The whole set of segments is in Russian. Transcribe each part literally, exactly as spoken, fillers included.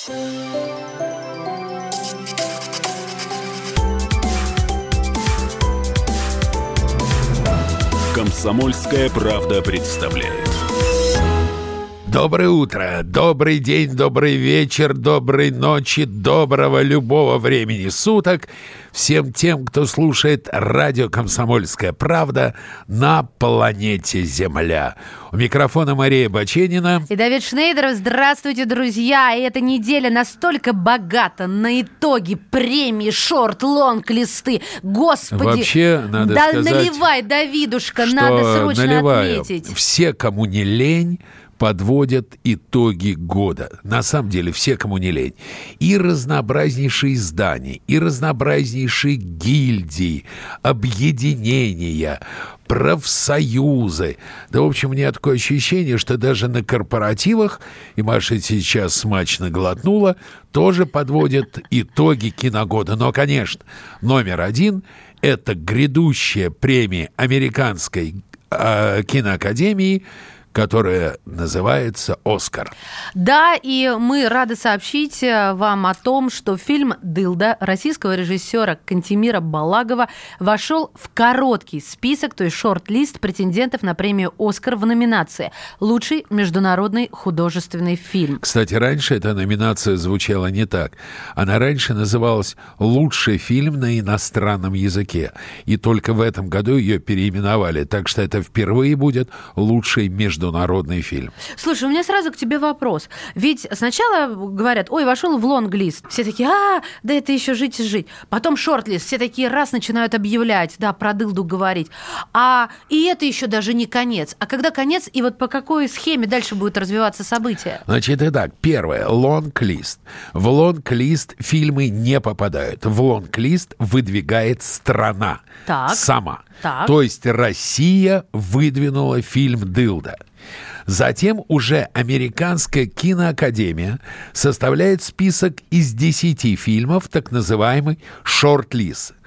«Комсомольская правда» представляет. Доброе утро, добрый день, добрый вечер, доброй ночи, доброго любого времени суток всем тем, кто слушает радио «Комсомольская правда» на планете Земля. У микрофона Мария Баченина и Давид Шнейдеров. Здравствуйте, друзья! И эта неделя настолько богата на итоги, премии, шорт, лонг, листы. Господи, вообще, надо да сказать, наливай, Давидушка, что надо срочно наливаю. отметить. Все, кому не лень, подводят итоги года. На самом деле, все, кому не лень. И разнообразнейшие издания, и разнообразнейшие гильдии, объединения, профсоюзы. Да, в общем, у меня такое ощущение, что даже на корпоративах, и Маша сейчас смачно глотнула, тоже подводят итоги киногода. Но, конечно, номер один – это грядущая премия Американской э, киноакадемии, которая называется «Оскар». Да, и мы рады сообщить вам о том, что фильм «Дылда» российского режиссера Кантемира Балагова вошел в короткий список, то есть шорт-лист претендентов на премию «Оскар» в номинации «Лучший международный художественный фильм». Кстати, раньше эта номинация звучала не так. Она раньше называлась «Лучший фильм на иностранном языке». И только в этом году ее переименовали. Так что это впервые будет «Лучший международный Международный фильм. Слушай, у меня сразу к тебе вопрос. Ведь сначала говорят, ой, вошел в лонг-лист. Все такие, а, да это еще жить и жить. Потом шорт-лист. Все такие раз начинают объявлять, да, про дылду говорить. А и это еще даже не конец. А когда конец, и вот по какой схеме дальше будут развиваться события? Значит, итак, первое. Лонг-лист. В лонг-лист фильмы не попадают. В лонг-лист выдвигает страна. Так. Сама. Так. То есть Россия выдвинула фильм «Дылда». Затем уже Американская киноакадемия составляет список из десяти фильмов, так называемый шорт-лист.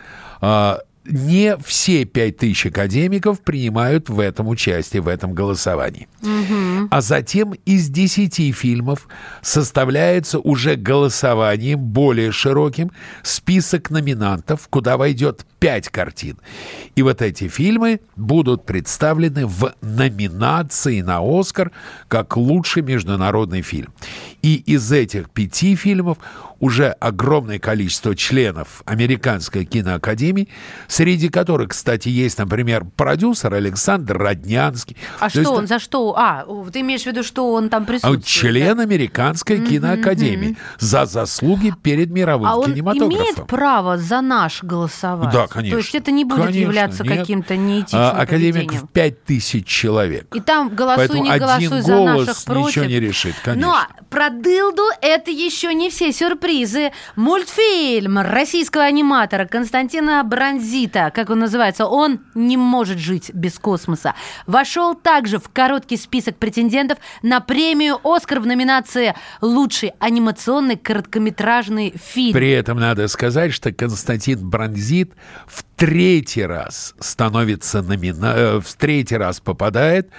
Не все пять тысяч академиков принимают в этом участие, в этом голосовании. Угу. А затем из десяти фильмов составляется уже голосованием более широким список номинантов, куда войдет пять картин. И вот эти фильмы будут представлены в номинации на «Оскар» как лучший международный фильм. И из этих пяти фильмов уже огромное количество членов Американской киноакадемии, среди которых, кстати, есть, например, продюсер Александр Роднянский. А То что есть, он, за что? А, ты имеешь в виду, что он там присутствует? Член да? Американской mm-hmm, киноакадемии mm-hmm. за заслуги перед мировым а кинематографом. А он имеет право за наш голосовать? Да, конечно. То есть это не будет конечно, являться нет. каким-то неэтичным а, академик поведением? в пять тысяч человек. И там голосуй, Поэтому не голосуй за наших против. Ничего не решит, конечно. Но про дылду это еще не все сюрпризы. Мультфильм российского аниматора Константина Бронзита, как он называется, «Он не может жить без космоса», вошел также в короткий список претендентов на премию «Оскар» в номинации «Лучший анимационный короткометражный фильм». При этом надо сказать, что Константин Бронзит в третий раз становится номина... в третий раз попадает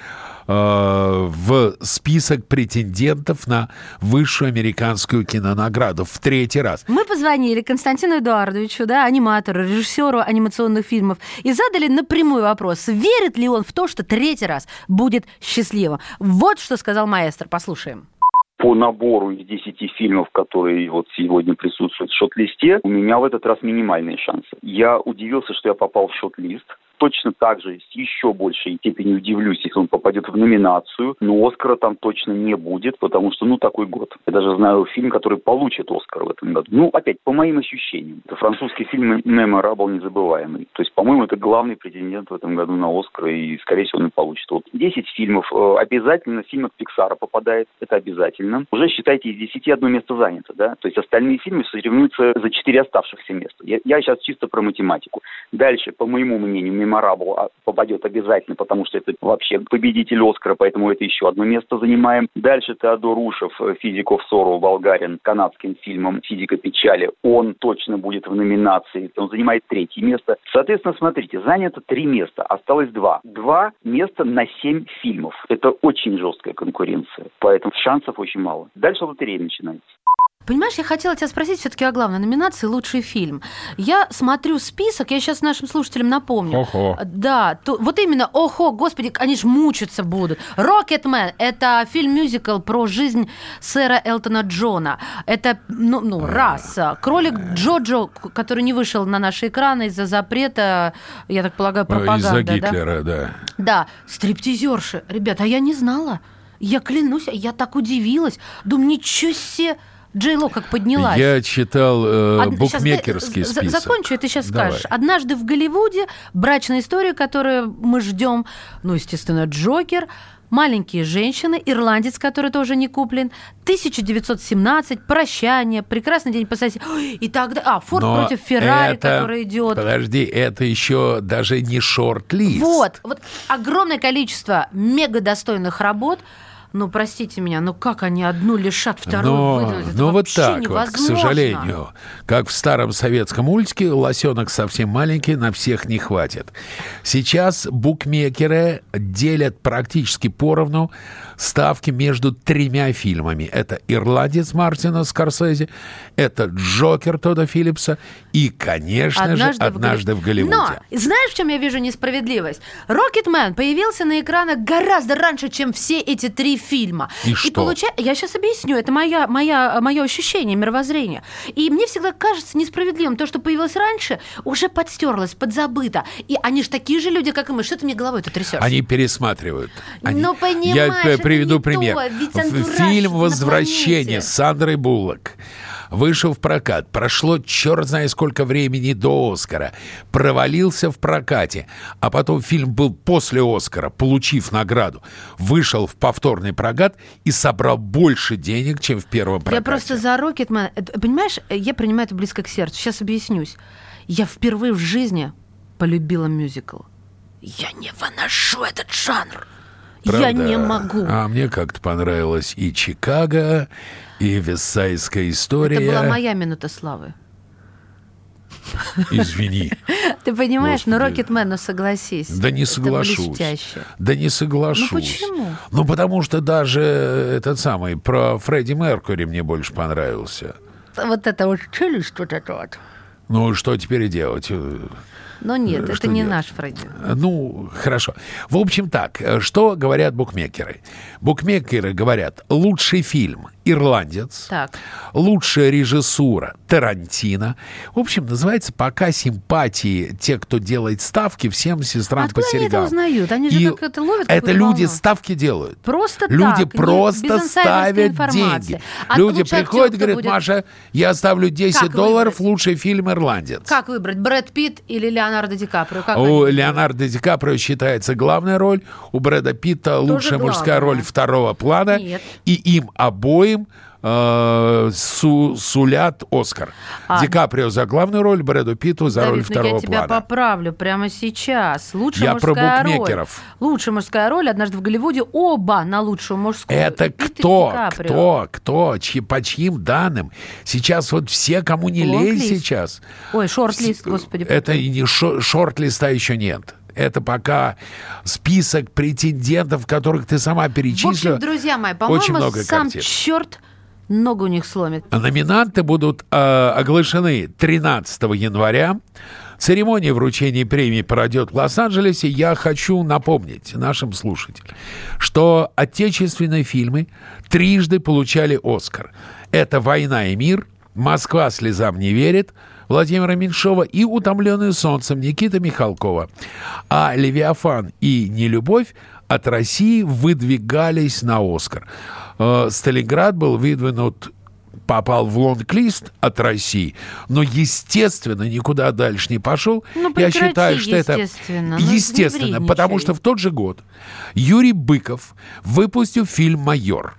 в список претендентов на высшую американскую кинонаграду в третий раз. Мы позвонили Константину Эдуардовичу, да, аниматору, режиссеру анимационных фильмов, и задали напрямую вопрос, верит ли он в то, что третий раз будет счастливым. Вот что сказал маэстро. Послушаем. По набору из десяти фильмов, которые вот сегодня присутствуют в шорт-листе, у меня в этот раз минимальные шансы. Я удивился, что я попал в шорт-лист. Точно так же, с еще большей степенью удивлюсь, если он попадет в номинацию, но «Оскара» там точно не будет, потому что, ну, такой год. Я даже знаю фильм, который получит «Оскар» в этом году. Ну, опять, по моим ощущениям. Это французский фильм «Меморабл», незабываемый. То есть, по-моему, это главный претендент в этом году на «Оскар», и, скорее всего, он и получит. Вот десять фильмов. Обязательно фильм от Пиксара попадает. Это обязательно. Уже, считайте, из десяти одно место занято, да? То есть, остальные фильмы соревнуются за четыре оставшихся места. Я, я сейчас чисто про математику. Дальше, по моему мнению, «Меморабл» попадет обязательно, потому что это вообще победитель «Оскара», поэтому это еще одно место занимаем. Дальше Теодор Ушев, «Физик оф Сорроу», болгарин, канадским фильмом «Физика печали». Он точно будет в номинации. Он занимает третье место. Соответственно, смотрите, занято три места, осталось два. Два места на семь фильмов. Это очень жесткая конкуренция, поэтому шансов очень мало. Дальше лотерея начинается. Понимаешь, я хотела тебя спросить все-таки о главной номинации «Лучший фильм». Я смотрю список, я сейчас нашим слушателям напомню. Ого. Да, то, вот именно, ого, господи, они ж мучиться будут. «Рокетмен» — это фильм-мюзикл про жизнь сэра Элтона Джона. Это, ну, ну раз. «Кролик Джоджо», который не вышел на наши экраны из-за запрета, я так полагаю, пропаганды. Из-за Гитлера, да? Да, да. «Стриптизерши». Ребята, а я не знала. Я клянусь, я так удивилась. Думаю, ничего себе... Джей-Ло как поднялась. Я читал э, Од... букмекерский сейчас, список. Закончу, и ты сейчас Давай. скажешь. «Однажды в Голливуде», брачная история, которую мы ждем, ну, естественно, «Джокер», «Маленькие женщины», «Ирландец», который тоже не куплен, тысяча девятьсот семнадцать, «Прощание», «Прекрасный день посадить». И тогда... А, «Форд Но против Феррари», это... который идет. Подожди, это еще даже не шорт-лист. Вот, вот огромное количество мегадостойных работ. Ну, простите меня, ну как они одну лишат, вторую но, выдвинуть? Это но вот вообще так невозможно. вот, к сожалению, как в старом советском мультике, лосенок совсем маленький, на всех не хватит. Сейчас букмекеры делят практически поровну ставки между тремя фильмами. Это «Ирландец» Мартина Скорсезе, это «Джокер» Тодда Филлипса и, конечно «Однажды же, «Однажды в Голливуде». Но знаешь, в чем я вижу несправедливость? «Рокетмен» появился на экранах гораздо раньше, чем все эти три фильма. И, и что? Получа... Я сейчас объясню, это моя, моя, мое ощущение, мировоззрение. И мне всегда кажется несправедливым то, что появилось раньше, уже подстерлось, подзабыто. И они же такие же люди, как и мы. Что ты мне головой тут трясешь? Они пересматривают. Они... Ну, понимаешь, Я это приведу не пример. то, ведь антураж Фильм на «Возвращение» планете. с Сандрой Буллок вышел в прокат. Прошло черт знает сколько времени до «Оскара». Провалился в прокате. А потом фильм был после «Оскара», получив награду. Вышел в повторный прокат и собрал больше денег, чем в первом прокате. Я просто за «Рокетмен». Понимаешь, я принимаю это близко к сердцу. Сейчас объяснюсь. Я впервые в жизни полюбила мюзикл. Я не выношу этот жанр. Правда? Я не могу. А мне как-то понравилось и «Чикаго», и «Вестсайдская история». Это была моя минута славы. Извини. Ты понимаешь, Господи. но «Рокетмен», ну согласись. Да не соглашусь. Это блестяще. Да не соглашусь. Ну почему? Ну потому что даже этот самый про Фредди Меркьюри мне больше понравился. Вот это вот челюсть, вот это вот. Ну что теперь делать? Но нет, Что это не делать? наш Фредди. Ну, хорошо. В общем так, что говорят букмекеры? Букмекеры говорят, лучший фильм «Ирландец», Так. лучшая режиссура «Тарантино». В общем, называется «Пока симпатии те, кто делает ставки, всем сестрам Откуда по они серьгам». это узнают? Они же И как это ловят это какую-то люди волну. ставки делают. Просто Люди так, просто не- без инсайдерской ставят информации. деньги. А Люди лучше актер, приходят и кто говорят, будет- Маша, я ставлю десять Как долларов, выбрать? лучший фильм «Ирландец». Как выбрать, Брэд Питт или Леонардо Ди Каприо? Как У они? Леонардо Ди Каприо считается главная роль, у Брэда Питта лучшая мужская главная. роль второго плана, Нет. и им обоим э, су- сулят Оскар. А. Ди Каприо за главную роль, Брэду Питту за роль Давид, ну второго я тебя плана. поправлю прямо сейчас. Лучшая Я про мужская букмекеров. роль. Лучшая мужская роль «Однажды в Голливуде». Оба на лучшую мужскую. Это И Питт, и кто, Ди Каприо. кто, кто, чьи, по чьим данным? Сейчас вот все, кому не лень Лонг-лист. сейчас. Ой, шорт-лист, господи. Это и не шо- шорт-листа еще нет. Это пока список претендентов, которых ты сама В перечислила. общем, друзья мои, Очень по-моему, много сам картин. черт ногу у них сломит. Номинанты будут э, оглашены тринадцатого января. Церемония вручения премии пройдет в Лос-Анджелесе. Я хочу напомнить нашим слушателям, что отечественные фильмы трижды получали «Оскар». Это «Война и мир», «Москва слезам не верит» Владимира Меньшова и «Утомленные солнцем» Никиты Михалкова. А «Левиафан» и «Нелюбовь» от России выдвигались на «Оскар». Э, «Сталинград» был выдвинут, попал в лонг-лист от России, но, естественно, никуда дальше не пошел. Ну, Я прекрати, считаю, что это... естественно. Ну, Естественно, не потому вредничай. что в тот же год Юрий Быков выпустил фильм «Майор».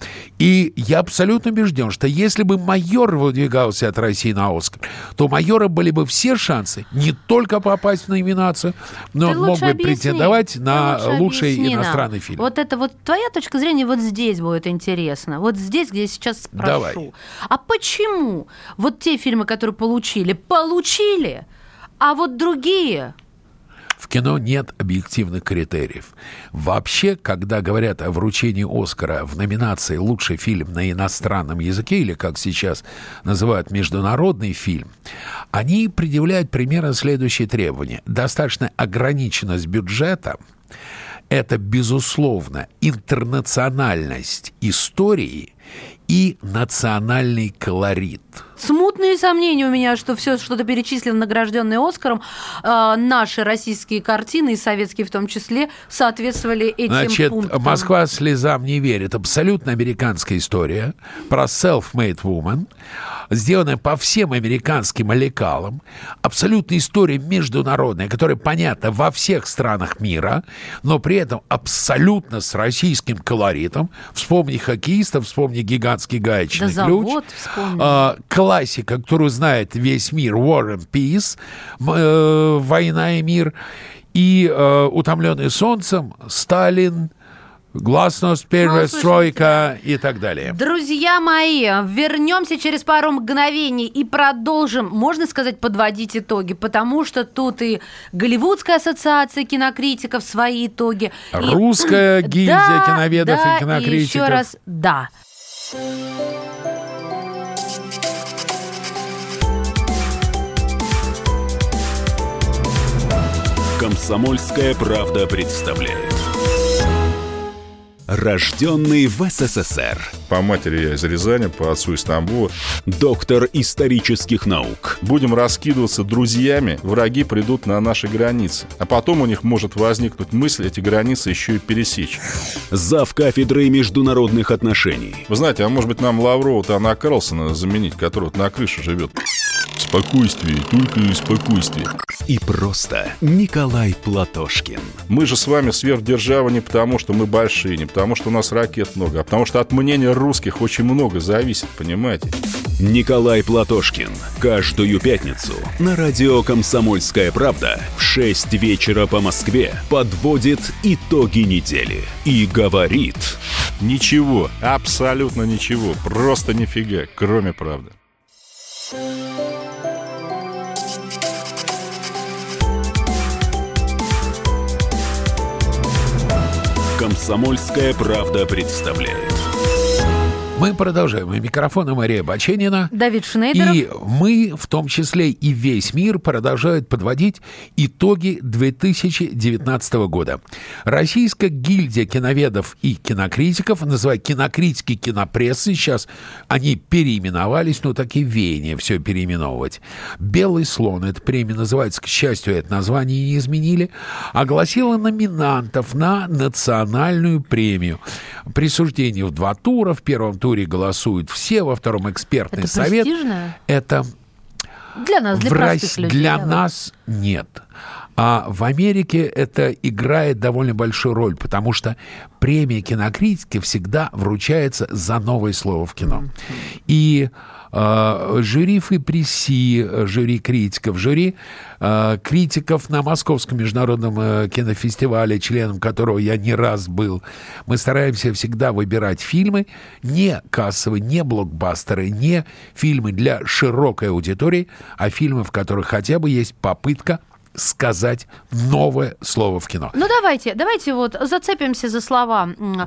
И я абсолютно убежден, что если бы «Майор» выдвигался от России на «Оскар», то у «Майора» были бы все шансы не только попасть в номинацию, но Ты он мог лучше бы объясни. претендовать Ты на лучше лучший объясни нам. иностранный фильм. Вот это вот твоя точка зрения вот здесь будет интересно. Вот здесь, где я сейчас спрошу. Давай. А почему вот те фильмы, которые получили, получили, а вот другие... В кино нет объективных критериев. Вообще, когда говорят о вручении «Оскара» в номинации «Лучший фильм на иностранном языке», или, как сейчас называют, «международный фильм», они предъявляют примерно следующие требования. Достаточная ограниченность бюджета. Это, безусловно, интернациональность истории и национальный колорит. Смутные сомнения у меня, что все, что ты перечислил, награжденные Оскаром, э, наши российские картины, и советские в том числе, соответствовали этим Значит, пунктам. «Москва слезам не верит». Абсолютно американская история про self-made woman, сделанная по всем американским лекалам. Абсолютно история международная, которая понятна во всех странах мира, но при этом абсолютно с российским колоритом. Вспомни хоккеистов, вспомни гигантский гаечный да ключ. завод вспомни. А, классика, которую знает весь мир, War and Peace, э, «Война и мир», и э, «Утомленный солнцем», Сталин, «Гласность», «Перестройка» и так далее. Друзья мои, вернемся через пару мгновений и продолжим, можно сказать, подводить итоги, потому что тут и Голливудская ассоциация кинокритиков свои итоги. Русская и... гильдия да, киноведов да, и кинокритиков. И еще раз, да. «Комсомольская правда» представляет. Рожденный в СССР. По матери я из Рязани, по отцу из Тамбова. Доктор исторических наук. Будем раскидываться друзьями, враги придут на наши границы. А потом у них может возникнуть мысль эти границы еще и пересечь. Зав. Кафедрой международных отношений. Вы знаете, а может быть нам Лаврова-то Анна Карлсона заменить, который вот на крыше живет? Спокойствие, только спокойствие. И просто Николай Платошкин. Мы же с вами сверхдержава не потому, что мы большие, не потому, что у нас ракет много, а потому что от мнения русских очень много зависит, понимаете? Николай Платошкин. Каждую пятницу на радио «Комсомольская правда» в шесть вечера по Москве подводит итоги недели и говорит: ничего, абсолютно ничего, просто нифига, кроме правды. «Комсомольская правда» представляет. Мы продолжаем. И микрофон Мария Баченина. Давид Шнейдеров. И мы, в том числе и весь мир, продолжают подводить итоги две тысячи девятнадцатого года. Российская гильдия киноведов и кинокритиков, называют кинокритики кинопрессы, сейчас они переименовались, но такие веяния все переименовывать. «Белый слон», эта премия называется, к счастью, это название не изменили, огласила номинантов на национальную премию. Присуждение в два тура, в первом туре голосуют все, во втором экспертный это совет. Престижно? Это для нас, для в простых Рос... людей. Для давай. нас нет. А в Америке это играет довольно большую роль, потому что премия кинокритики всегда вручается за новое слово в кино. Mm-hmm. И э, жюри ФИПРИСИ, жюри критиков, жюри э, критиков на Московском международном э, кинофестивале, членом которого я не раз был, мы стараемся всегда выбирать фильмы не кассовые, не блокбастеры, не фильмы для широкой аудитории, а фильмы, в которых хотя бы есть попытка сказать новое слово в кино. Ну, давайте, давайте вот зацепимся за слова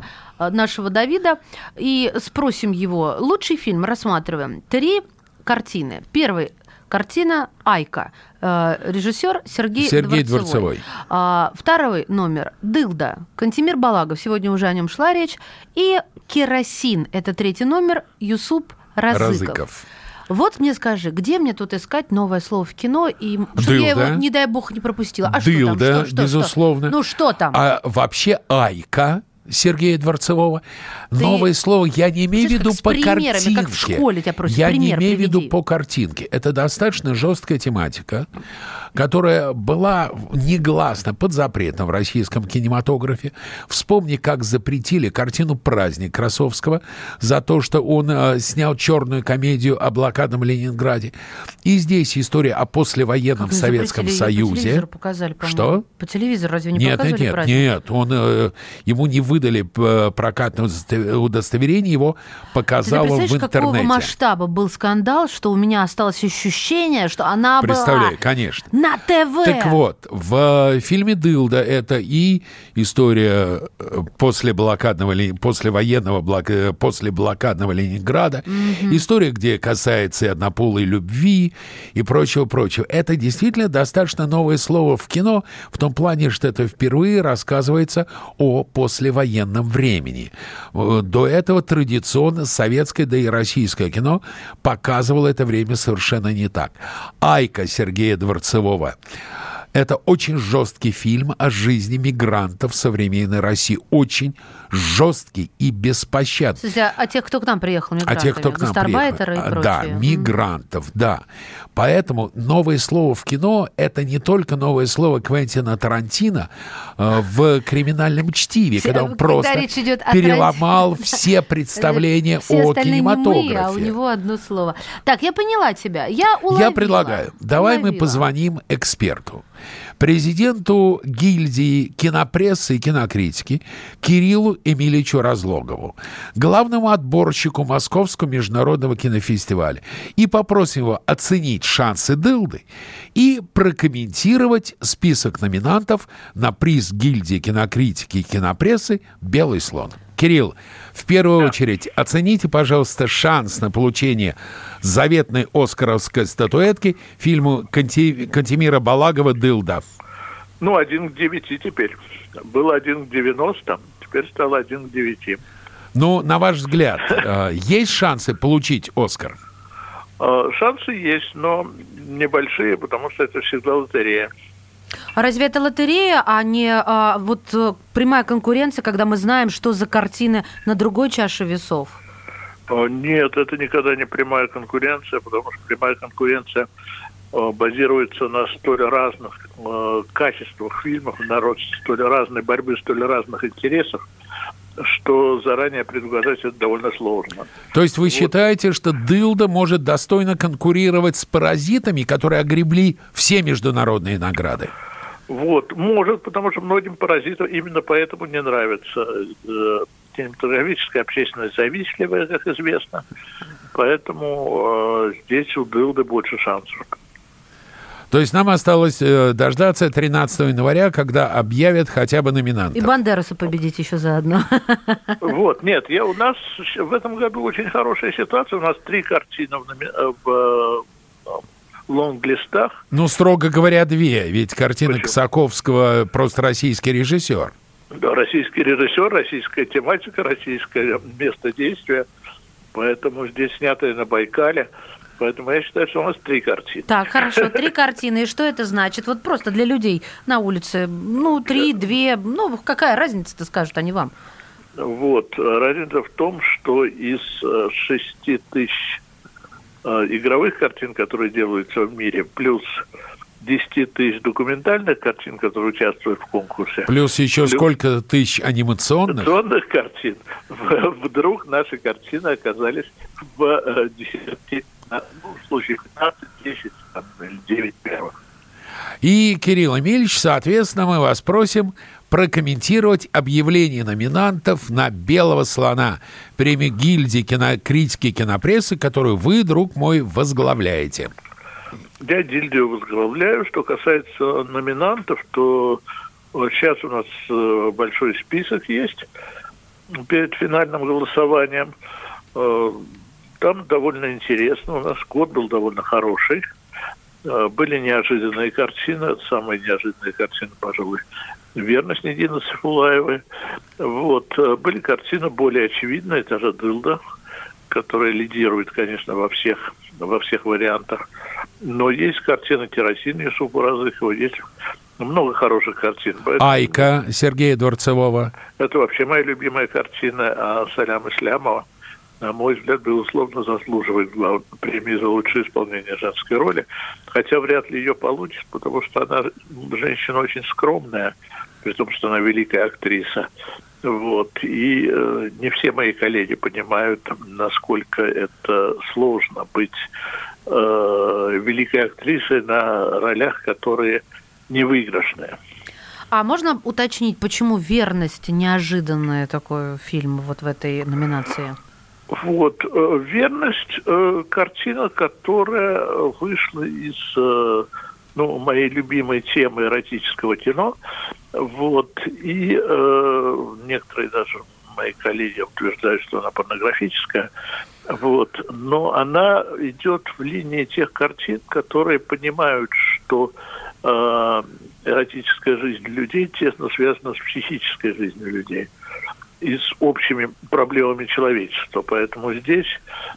нашего Давида и спросим его. Лучший фильм рассматриваем. Три картины. Первый картина «Айка». Режиссер Сергей, Сергей Дворцевой. Дворцевой. Второй номер «Дылда». Кантемир Балагов. Сегодня уже о нем шла речь. И «Керосин». Это третий номер. Юсуп Разыков. Разыков. Вот мне скажи, где мне тут искать новое слово в кино, и чтобы я его, не дай бог, не пропустила. А Дылда, что там? Что, что, безусловно. Что? Ну, что там? А вообще «Айка» Сергея Дворцевого. Ты... Новое слово я не имею в виду по картинке. Как в школе тебя просят. Я Пример не имею в виду приведи. по картинке. Это достаточно жесткая тематика, которая была негласно под запретом в российском кинематографе. Вспомни, как запретили картину «Праздник» Красовского за то, что он э, снял черную комедию о блокадном Ленинграде. И здесь история о послевоенном как Советском Союзе. По телевизору показали, по-моему. Что? По телевизору разве не нет, показывали нет, праздник? Нет, он, э, ему не вы выдали прокатное удостоверение, его показало в интернете. Какого масштаба был скандал, что у меня осталось ощущение, что она Представляю, была конечно. на ТВ. Так вот, в фильме «Дылда» это и история после блокадного, послевоенного, после блокадного Ленинграда, mm-hmm. история, где касается однополой любви и прочего-прочего. Это действительно достаточно новое слово в кино, в том плане, что это впервые рассказывается о послевоенном времени. До этого традиционно советское, да и российское кино показывало это время совершенно не так. «Айка» Сергея Дворцевого. Это очень жесткий фильм о жизни мигрантов в современной России. Очень жесткий и беспощадный. Слушайте, а тех, кто к нам приехал, мигрантами? А тех, кто к нам приехал. И прочие. Да, мигрантов, mm. да. Поэтому новое слово в кино – это не только новое слово Квентина Тарантино э, в «Криминальном чтиве», когда он когда просто переломал все представления о кинематографе. А у него одно слово. Так, я поняла тебя. Я уловила. Я предлагаю, давай уловила. мы позвоним эксперту, президенту гильдии кинопрессы и кинокритики Кириллу Эмильевичу Разлогову, главному отборщику Московского международного кинофестиваля, и попросим его оценить шансы «Дылды» и прокомментировать список номинантов на приз гильдии кинокритики и кинопрессы «Белый слон». Кирилл, в первую да. очередь оцените, пожалуйста, шанс на получение заветной оскаровской статуэтки фильму Канти... Кантемира Балагова «Дылда». Ну, один к девяти теперь. Был один к девяноста, теперь стал один к девяти. Ну, на ваш взгляд, есть шансы получить «Оскар»? Шансы есть, но небольшие, потому что это всегда лотерея. А разве это лотерея, а не а, вот прямая конкуренция, когда мы знаем, что за картины на другой чаше весов? Нет, это никогда не прямая конкуренция, потому что прямая конкуренция базируется на столь разных качествах фильмов, на столь разной борьбе, столь разных интересах, что заранее предугадать это довольно сложно. То есть вы вот. считаете, что «Дылда» может достойно конкурировать с «Паразитами», которые огребли все международные награды? Вот, может, потому что многим «Паразитам» именно поэтому не нравится. Кинематографическая общественность завистливая, как известно, поэтому э, здесь у «Дылды» больше шансов. То есть нам осталось э, дождаться тринадцатого января, когда объявят хотя бы номинантов. И Бандераса победить еще заодно. Вот, нет, я, у нас в этом году очень хорошая ситуация. У нас три картины в, в, в лонглистах. Ну, строго говоря, две. Ведь картина Почему? Косаковского просто российский режиссер. Да, российский режиссер, российская тематика, российское место действия. Поэтому здесь снятое на Байкале. Поэтому я считаю, что у нас три картины. Так, хорошо, три картины. И что это значит? Вот просто для людей на улице, ну, три, две, ну, какая разница-то, скажут они вам? Вот, разница в том, что из шести тысяч э, игровых картин, которые делаются в мире, плюс десять тысяч документальных картин, которые участвуют в конкурсе. Плюс еще плюс сколько тысяч анимационных? Анимационных картин. Вдруг наши картины оказались в десяти, ну, в случае пятнадцать, десять или девять первых. И, Кирилл Эмильевич, соответственно, мы вас просим прокомментировать объявление номинантов на «Белого слона», премию гильдии кинокритики и кинопрессы, которую вы, друг мой, возглавляете. Я гильдию возглавляю. Что касается номинантов, то сейчас у нас большой список есть перед финальным голосованием. Там довольно интересно. У нас год был довольно хороший. Были неожиданные картины. Самые неожиданные картины, пожалуй, «Верность» Нидины Сайфуллаевой. Вот. Были картины более очевидные. Это же «Дылда», которая лидирует, конечно, во всех, во всех вариантах. Но есть картины «Керосин» Юсупа Разыхова, есть много хороших картин. Поэтому «Айка» Сергея Дворцевого. Это вообще моя любимая картина. А Салям Ислямова, на мой взгляд, безусловно, заслуживает главной премии за лучшее исполнение женской роли. Хотя вряд ли ее получит, потому что она женщина очень скромная, при том, что она великая актриса. Вот. И э, не все мои коллеги понимают, насколько это сложно быть э, великой актрисой на ролях, которые невыигрышные. А можно уточнить, почему «Верность» неожиданный такой фильм вот в этой номинации? Вот, «Верность» – картина, которая вышла из, ну, моей любимой темы эротического кино. Вот, и э, некоторые даже мои коллеги утверждают, что она порнографическая. Вот, но она идет в линии тех картин, которые понимают, что э, эротическая жизнь людей тесно связана с психической жизнью людей и с общими проблемами человечества. Поэтому здесь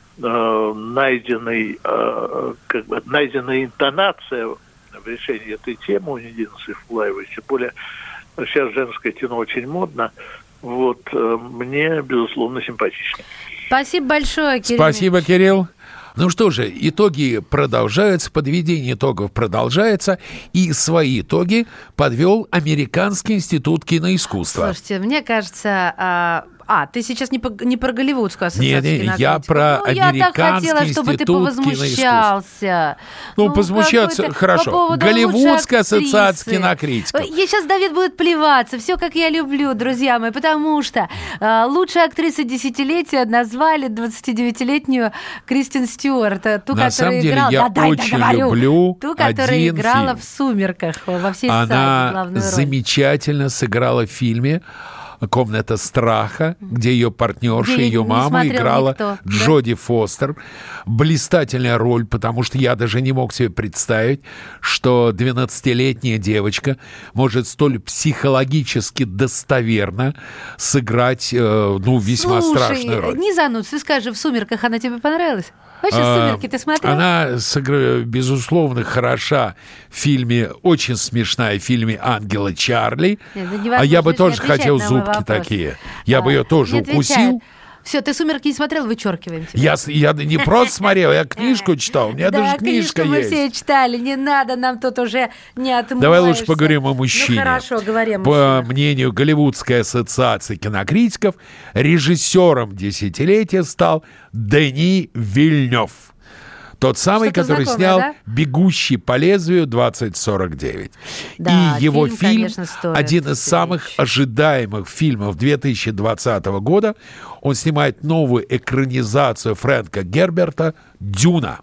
э, найденный, э, как бы, найдена интонация в решении этой темы у Нидины Сайфуллаевой. Тем более сейчас женское кино очень модно. Вот, э, мне, безусловно, симпатично. Спасибо большое, Кирилл. Спасибо, Кирилл. Ну что же, итоги продолжаются, подведение итогов продолжается, и свои итоги подвел Американский институт киноискусства. Слушайте, мне кажется... А... А, ты сейчас не, по, не про Голливудскую ассоциацию не, не, кинокритиков. я про ну, Американский я так хотела, чтобы ты повозмущался. Ну, ну возмущаться, хорошо. По Голливудская ассоциация кинокритиков. Я сейчас Давид будет плеваться. Все, как я люблю, друзья мои, потому что э, лучшая актриса десятилетия назвали двадцатидевятилетнюю Кристен Стюарт. Ту, На которая самом деле, играла... я да, очень да, люблю Ту, которая один играла фильм. в «Сумерках» во всей Она саге главную роль. замечательно сыграла в фильме «Комната страха», где ее партнерша, где ее мама играла никто, Джоди да? Фостер. Блистательная роль, потому что я даже не мог себе представить, что двенадцатилетняя девочка может столь психологически достоверно сыграть, э, ну, весьма Слушай, страшную роль. не занудь, ты скажи, в «Сумерках» она тебе понравилась? Вообще, «Сумерки» ты смотрел? Она, безусловно, хороша в фильме, очень смешная в фильме «Ангелы Чарли». Нет, а я бы тоже хотел зубки такие. Я а, бы ее тоже укусил. Все, ты «Сумерки» не смотрел, вычеркиваем тебя. Я, я не просто смотрел, я книжку читал. У меня да, даже книжка книжку есть. мы все читали, не надо, нам тут уже не отмываешься. Давай лучше поговорим о мужчине. Ну хорошо, говорим. По мнению Голливудской ассоциации кинокритиков, режиссером десятилетия стал Дени Вильнёв. Тот самый, Что-то который знакомое, снял да? «Бегущий по лезвию двадцать сорок девять». Да, и его фильм, фильм, конечно, стоит один из самых вещь. ожидаемых фильмов две тысячи двадцатого года. Он снимает новую экранизацию Фрэнка Герберта «Дюна».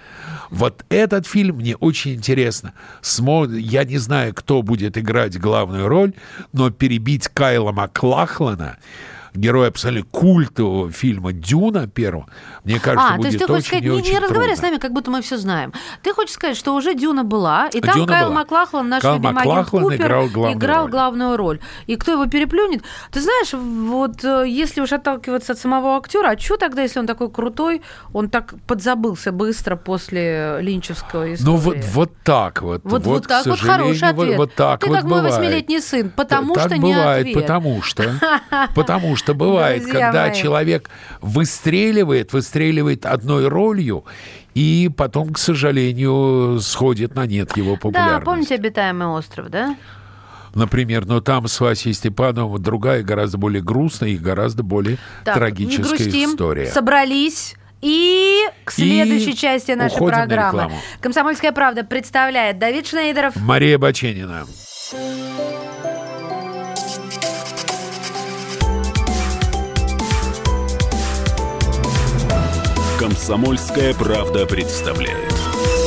Вот этот фильм мне очень интересно. Я не знаю, кто будет играть главную роль, но перебить Кайла Маклахлана, герой абсолютно культового фильма «Дюна» первого, мне кажется, а, будет очень и очень трудно. А, то есть ты хочешь сказать, не, не разговаривай с нами, как будто мы все знаем. Ты хочешь сказать, что уже «Дюна» была, и там Дюна Кайл была. Маклахлан, наш Кайл любимый агент Маклахлан Купер, играл главную играл роль. главную роль. И кто его переплюнет? Ты знаешь, вот если уж отталкиваться от самого актера, а что тогда, если он такой крутой, он так подзабылся быстро после линчевского истории? Ну вот, вот так вот. Вот, вот, вот так вот хороший ответ. Вот, вот так Ты вот как мой бывает. восьмилетний сын, потому так что бывает, не ответ. потому что, потому что бывает, Друзья когда мои. человек выстреливает, выстреливает одной ролью, и потом, к сожалению, сходит на нет его популярность. Да, помните «Обитаемый остров», да? Например, но там с Васей Степановым другая, гораздо более грустная и гораздо более так, трагическая не грустим, история. Собрались. И к следующей и части нашей уходим на программы. рекламу. «Комсомольская правда» представляет Давид Шнейдеров, Мария Баченина. «Комсомольская правда» представляет.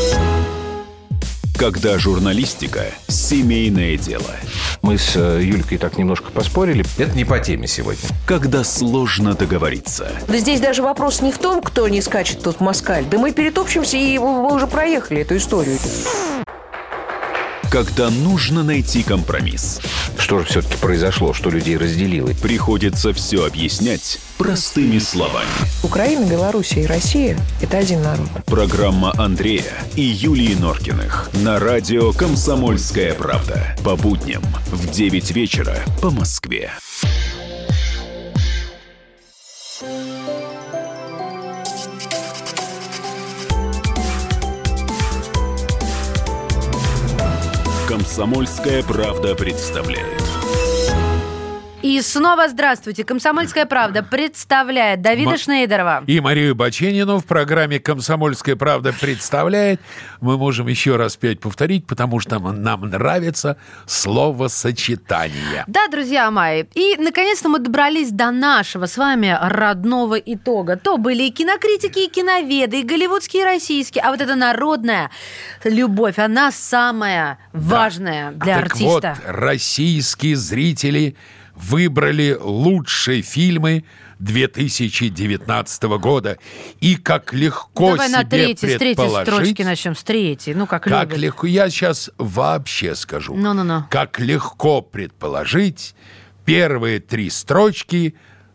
Когда журналистика – семейное дело. Мы с Юлькой так немножко поспорили. Это не по теме сегодня. Когда сложно договориться. Да здесь даже вопрос не в том, кто не скачет тут в москаль. Да мы перетопчемся, и мы уже проехали эту историю. Когда нужно найти компромисс. Что же все-таки произошло, что людей разделило? Приходится все объяснять простыми словами. Украина, Белоруссия и Россия – это один народ. Программа Андрея и Юлии Норкиных на радио «Комсомольская правда». По будням в девять вечера по Москве. «Комсомольская правда» представляет. И снова здравствуйте. «Комсомольская правда» представляет Давида Ма... Шнейдерова. И Марию Баченину в программе «Комсомольская правда» представляет. Мы можем еще раз пять повторить, потому что нам нравится словосочетание. Да, друзья мои. И, наконец-то, мы добрались до нашего с вами родного итога. То были и кинокритики, и киноведы, и голливудские, и российские. А вот эта народная любовь, она самая важная да. для так артиста. Вот, российские зрители выбрали лучшие фильмы две тысячи девятнадцатого года. И как легко Давай себе на третьей, предположить... с третьей строчки начнем, с третьей. Ну, как, как любят. легко... Я сейчас вообще скажу. Ну-ну-ну. Как легко предположить, первые три строчки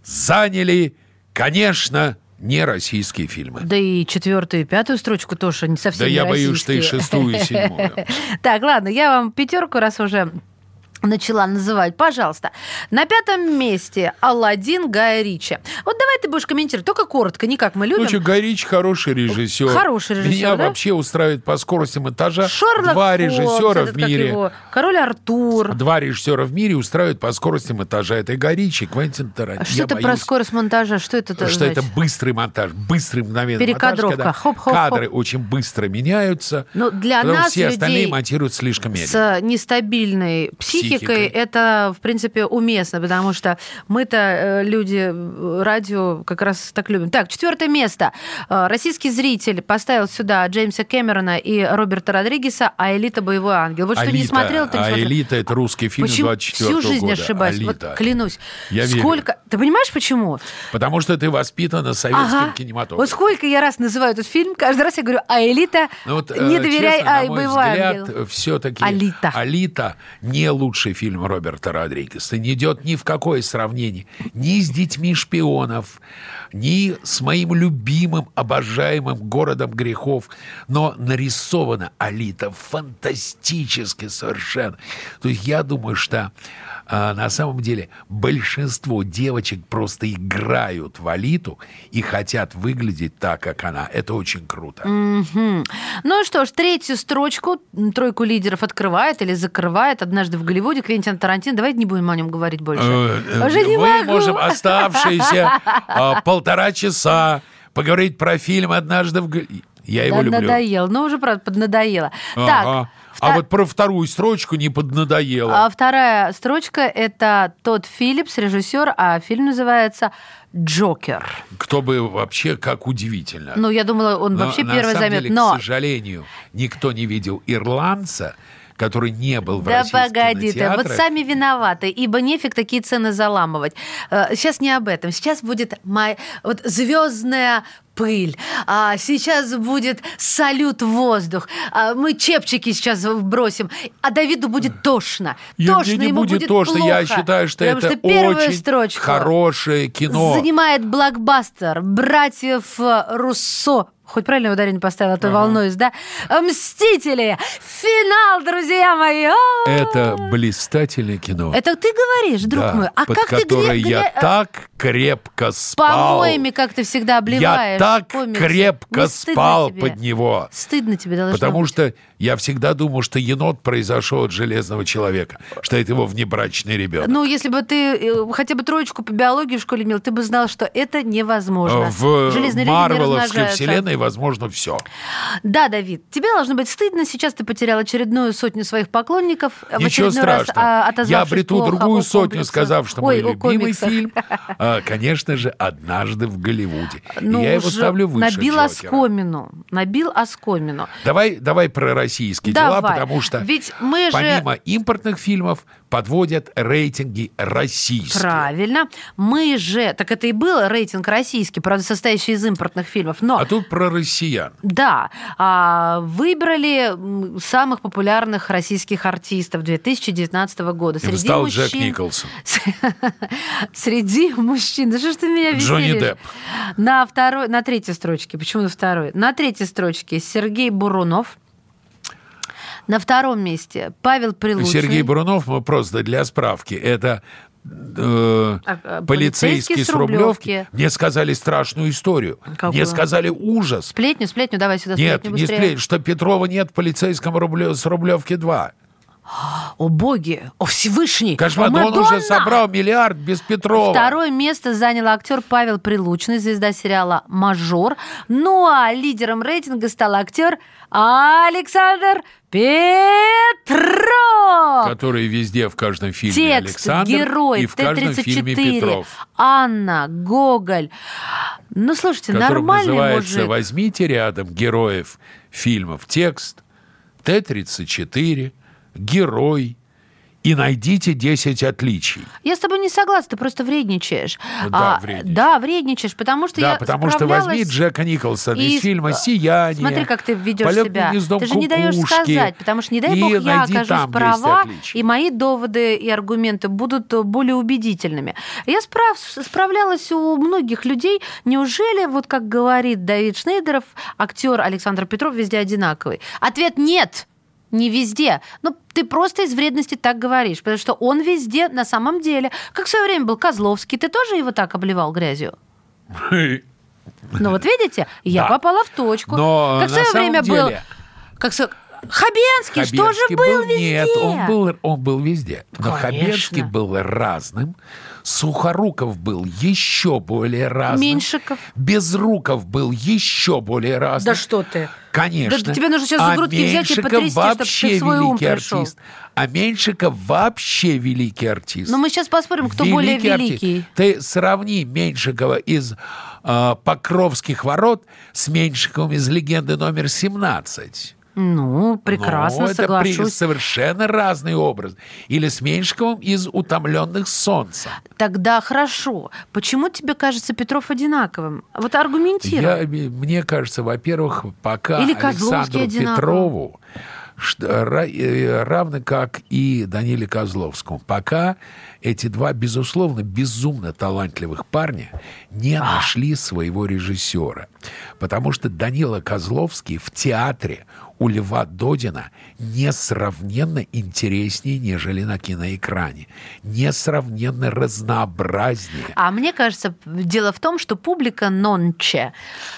заняли, конечно, не российские фильмы. Да и четвертую и пятую строчку тоже не совсем Да не я российские. боюсь, что и шестую, и седьмую. Так, ладно, я вам пятерку, раз уже... начала называть. Пожалуйста. На пятом месте «Аладдин» Гая Ричи. Вот давай ты будешь комментировать, только коротко, не как мы любим. Слушай, Гай Ричи хороший режиссер. Хороший режиссер, Меня да? вообще устраивает по скорости монтажа. Шерлок Два Холмс, режиссера этот, в мире. его, Король Артур. Два режиссера в мире устраивают по скорости монтажа. Это Гай Ричи, Квентин Тарантино. Что это про скорость монтажа? Что это Что значит? это быстрый монтаж, быстрый мгновенный Перекадровка. монтаж, когда Хоп-хоп-хоп. кадры очень быстро меняются. Но для потому нас, все остальные людей монтируют слишком медленно. с нестабильной психикой, Психикой. это, в принципе, уместно, потому что мы-то, э, люди, э, радио как раз так любим. Так, четвертое место. Э, российский зритель поставил сюда Джеймса Кэмерона и Роберта Родригеса, а «Элита. Боевой ангел». Вот что не «Алита», смотрел, ты не а смотрел. «Элита» — это русский фильм Почему? двадцать четвёртого Всю жизнь года. ошибаюсь, «Алита». вот клянусь. Я верю. Сколько... Ты понимаешь, почему? Потому что ты воспитана советским Ага. кинематографом. Вот сколько я раз называю этот фильм, каждый раз я говорю, а «Элита», Ну вот, не э, доверяй, честно, а на мой «Боевой взгляд, ангел». все-таки «Алита». «Алита» не лучший фильм Роберта Родригеса. Не идет ни в какое сравнение. Ни с «Детьми шпионов», ни с моим любимым, обожаемым «Городом грехов». Но нарисована «Алита» фантастически совершенно. То есть я думаю, что а, на самом деле большинство девочек просто играют в «Алиту» и хотят выглядеть так, как она. Это очень круто. Мгм. Ну что ж, третью строчку, тройку лидеров открывает или закрывает «Однажды в Голливуде» Квентин Тарантино. Давайте не будем о нем говорить больше. Э, Уже не Мы могу. можем оставшиеся а, полтора часа поговорить про фильм «Однажды в Голливуде». Я его Да, люблю. надоело. Ну, уже, правда, поднадоело. Ага. Так, А вта- вот про вторую строчку не поднадоело. а вторая строчка – это Тодд Филлипс, режиссер, а фильм называется «Джокер». Кто бы вообще, как удивительно. Ну, я думала, он Но вообще на первый самом займет. деле, Но к сожалению, никто не видел «Ирландца», который не был в да российских погоди ты, вот кинотеатрах. сами виноваты, ибо нефиг такие цены заламывать. Э, Сейчас не об этом. Сейчас будет моя вот звездная пыль. А сейчас будет салют в воздух. А мы чепчики сейчас бросим. А Давиду будет тошно. Я- Тошно, мне не ему будет, будет тошно. плохо, Я считаю, что потому это что первую очень строчку хорошее кино. занимает блокбастер братьев Руссо. Хоть правильное ударение поставила, а то Ага. волнуюсь, да? «Мстители». Финал, друзья мои. О! Это блистательное кино. Это ты говоришь, друг Да, мой. А под как ты которое гре- я гре- так крепко спал. Помоями, как ты всегда обливаешь. Я так комиксы. крепко Не стыдно спал тебе? под него. Стыдно тебе должно Потому быть. что я всегда думал, что енот произошел от железного человека, что это его внебрачный ребенок. Ну, если бы ты э, хотя бы троечку по биологии в школе имел, ты бы знал, что это невозможно. В Железные люди не Марвеловской размножаются. вселенной возможно все. Да, Давид, тебе должно быть стыдно. Сейчас ты потерял очередную сотню своих поклонников. в Ничего очередной раз, страшного. а, Я отозвавшись обрету плохо другую о сотню, комплексах. сказав, что Ой, мой о любимый комиксах. фильм, а, конечно же, «Однажды в Голливуде». И Ну, я его уже ставлю выше набил Джокера. оскомину. Набил оскомину. Давай, давай про российские Давай. дела, потому что Ведь мы же... помимо импортных фильмов подводят рейтинги российские. Правильно. Мы же... Так это и был рейтинг российский, правда, состоящий из импортных фильмов. Но... А тут про россиян. Да, а, выбрали м, самых популярных российских артистов две тысячи девятнадцатого года. Им стал Джек Николсон. Среди мужчин. Да что ж ты меня веселишь? Джонни Депп. На второй, на третьей строчке. Почему на второй? На третьей строчке Сергей Бурунов. На втором месте Павел Прилучный. Сергей Бурунов, мы просто для справки, это э, А, а, полицейский, полицейский с с Рублевки. Рублевки. Мне сказали страшную историю. Какую? Мне сказали ужас. Сплетню, сплетню, давай сюда Нет, сплетню не быстрее. сплетню, что Петрова нет в полицейском Рубле... с Рублевки два. О, боги! О, Всевышний! Кошмар, О, он уже собрал миллиард без Петрова. Второе место занял актер Павел Прилучный, звезда сериала «Мажор». Ну а лидером рейтинга стал актер Александр Петров. Который везде в каждом фильме Текст, Александр герой, и в каждом фильме Т-тридцать четыре, Петров. Анна, Гоголь. Ну, слушайте, Который нормальный называется мужик. «Возьмите рядом героев фильмов текст, Т тридцать четыре, герой, и найдите десять отличий». Я с тобой не согласна, ты просто вредничаешь. Да, а, вредничаешь. Да, вредничаешь, потому что Да, я потому что справлялась... возьми Джека Николсона и- из фильма «Сияние». Смотри, как ты ведешь «Полет себя. над гнездом Ты же не даешь кукушки», сказать, потому что, не дай и бог, я найди окажусь там десять права, отличий. и мои доводы и аргументы будут более убедительными. Я справ... справлялась у многих людей. Неужели, вот как говорит Давид Шнейдеров, актер Александр Петров везде одинаковый? Ответ – нет. Не везде. Ну, ты просто из вредности так говоришь, потому что он везде на самом деле. Как в свое время был Козловский. Ты тоже его так обливал грязью? Ну, вот видите, я Да. попала в точку. Но как в на свое самом время был... деле- Как со- Хабенский, что же Хабенский был везде? Нет, он был, он был везде. Но Конечно. Хабенский был разным. Сухоруков был еще более разным. Меньшиков. Безруков был еще более разным. Да что ты? Конечно. Да тебе нужно сейчас за А грудки взять и Меньшиков потрясти, чтоб ты вообще в свой ум великий пришел. артист. А Меньшиков вообще великий артист. Но мы сейчас поспорим, кто более артист. великий. Ты сравни Меньшикова из э, Покровских ворот с Меньшиковым из «Легенды номер семнадцать». Ну, прекрасно, Ну, это при- соглашусь. совершенно разный образ. Или с Меньшиковым из «Утомленных солнцем». Тогда хорошо. Почему тебе кажется Петров одинаковым? Вот аргументируй. Я, мне кажется, во-первых, пока Или Козловский Александру одинаково. Петрову, что, ра- э, равно как и Даниле Козловскому, пока эти два, безусловно, безумно талантливых парня не нашли своего режиссера. Потому что Данила Козловский в театре у Льва Додина несравненно интереснее, нежели на киноэкране. Несравненно разнообразнее. А мне кажется, дело в том, что публика нонче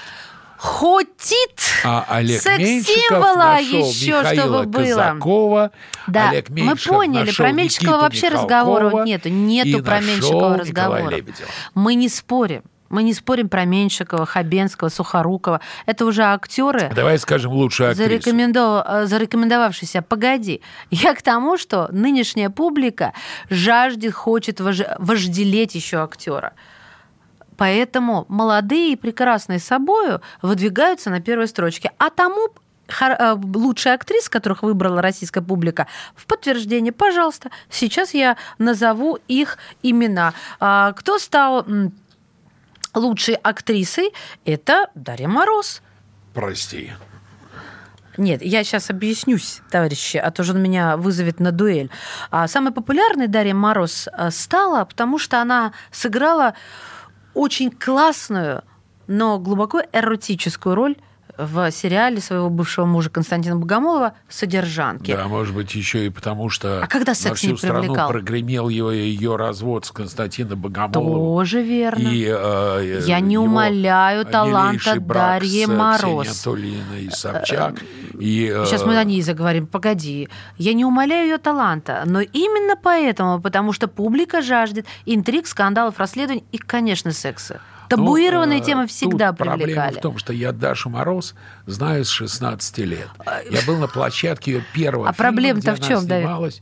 хотит А Олег Меньшиков секс-символа нашел еще, Михаила чтобы было. Казакова. Да, Олег мы Меньшиков поняли, нашел про Меньшикова Никиту вообще Михалкова разговора нету. Нету и про нашел Меньшикова Николая разговора. Лебедева. Мы не спорим. Мы не спорим про Меньшикова, Хабенского, Сухорукова. Это уже актеры, Давай скажем лучшую актрису. зарекомендов... зарекомендовавшийся. Погоди. Я к тому, что нынешняя публика жаждет, хочет вож... вожделеть еще актера. Поэтому молодые и прекрасные собою выдвигаются на первой строчке. А тому хор... лучшая актриса, которых выбрала российская публика, в подтверждение, пожалуйста, сейчас я назову их имена. Кто стал лучшей актрисой? Это Дарья Мороз. Прости. Нет, я сейчас объяснюсь, товарищи, а то же он меня вызовет на дуэль. А самой популярной Дарья Мороз стала, потому что она сыграла очень классную, но глубоко эротическую роль в сериале своего бывшего мужа Константина Богомолова «Содержанки». Да, может быть, еще и потому, что А когда на секс всю не страну привлекал? прогремел ее, ее развод с Константином Богомоловым. Тоже верно. И, э, Я не его умаляю таланта милейший брак Дарьи с Мороз. Ксенией Анатольевной Собчак. И, э, Сейчас мы о ней заговорим. Погоди. Я не умаляю ее таланта, но именно поэтому, потому что публика жаждет интриг, скандалов, расследований и, конечно, секса. Табуированные Ну, темы э, всегда тут проблема привлекали. в том, что я Дашу Мороз знаю с шестнадцати лет. Я был на площадке ее первого А фильма, проблема-то где в чём, она Давид? снималась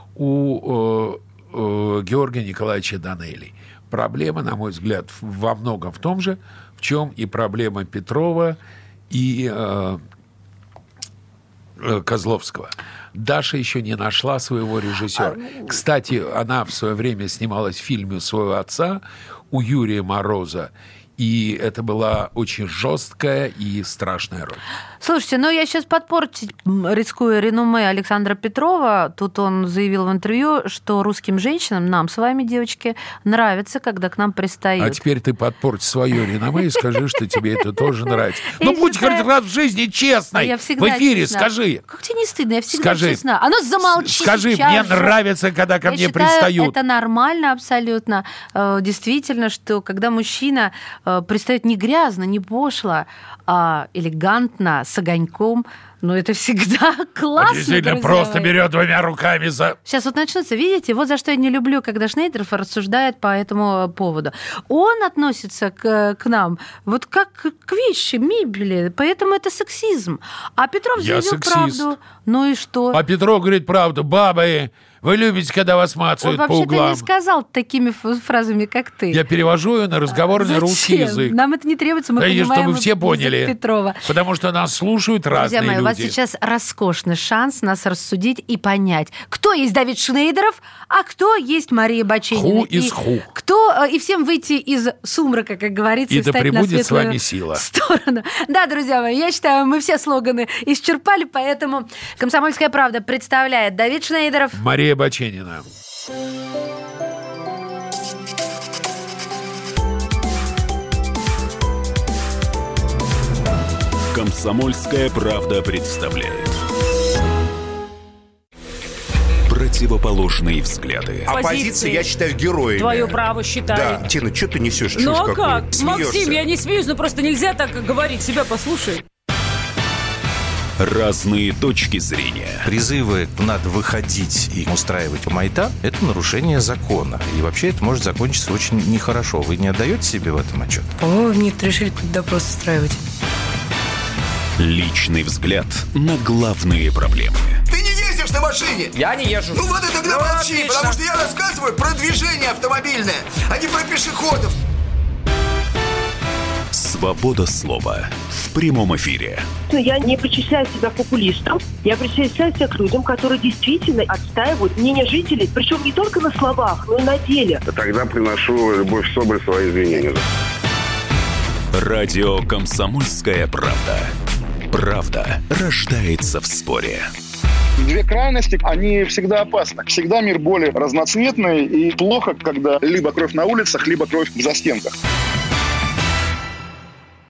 у э, э, Георгия Николаевича Данелли. Проблема, на мой взгляд, во многом в том же, в чем и проблема Петрова и э, э, Козловского. Даша еще не нашла своего режиссера. Кстати, она в свое время снималась в фильме своего отца у Юрия Мороза. И это была очень жесткая и страшная роль. Слушайте, ну я сейчас подпортить рискую реноме Александра Петрова. Тут он заявил в интервью, что русским женщинам, нам с вами, девочки, нравится, когда к нам пристают. А теперь ты подпорть свое реноме и скажи, что тебе это тоже нравится. Ну, Я будь считаю- хоть раз в жизни честной. Я В всегда эфире честна. скажи. Как тебе не стыдно? Я всегда Скажи. честна. А ну замолчи Скажи, сейчас мне же. нравится, когда ко Я мне считаю, пристают. это нормально абсолютно. Э, Действительно, что когда мужчина э, э, предстает не грязно, не пошло, а элегантно, с огоньком. Но это всегда классно, Действительно, друзья просто мои. берет двумя руками за... Сейчас вот начнутся, видите, вот за что я не люблю, когда Шнейдеров рассуждает по этому поводу. Он относится к, к нам вот как к вещи, мебели, поэтому это сексизм. А Петров Я заявил сексист. правду. Ну и что? А Петров говорит правду. Бабы, вы любите, когда вас мацают Он по вообще-то углам. не сказал такими ф- фразами, как ты. Я перевожу ее на разговорный Зачем? русский язык. Нам это не требуется, мы Да, и понимаем чтобы все язык поняли. Петрова. Потому что нас слушают разные Друзья мои, люди. у вас сейчас роскошный шанс нас рассудить и понять, кто есть Давид Шнейдеров, а кто есть Мария Баченина. Ху из и ху. Кто, э, и всем выйти из сумрака, как говорится, И и да встать на пребудет с светлую вами сила. сторону. Да, друзья мои, я считаю, мы все слоганы исчерпали, поэтому «Комсомольская правда» представляет Давид Шнейдеров. Мария Баченина. «Комсомольская правда» представляет противоположные взгляды. Оппозиция, я считаю, героями. Твое право считаю. Да. Тина, что ты несешь? Ну Чушь а как? какую? Максим, Смеешься. я не смеюсь, но просто нельзя так говорить. Себя послушай. Разные точки зрения. Призывы «надо выходить и устраивать майдан» — это нарушение закона. И вообще это может закончиться очень нехорошо. Вы не отдаете себе в этом отчет? По-моему, нет, решили какой-то допрос устраивать. Личный взгляд на главные проблемы. Ты не ездишь на машине? Я не езжу. Ну вот и тогда Ну, молчи, отлично. потому что я рассказываю про движение автомобильное, а не про пешеходов. Свобода слова в прямом эфире. Я не причисляю себя к популистам, я причисляю себя к людям, которые действительно отстаивают мнение жителей, причем не только на словах, но и на деле. Тогда приношу Любовь Соболь свои извинения. Радио «Комсомольская правда». Правда рождается в споре. Две крайности, они всегда опасны. Всегда мир более разноцветный и плохо, когда либо кровь на улицах, либо кровь в застенках.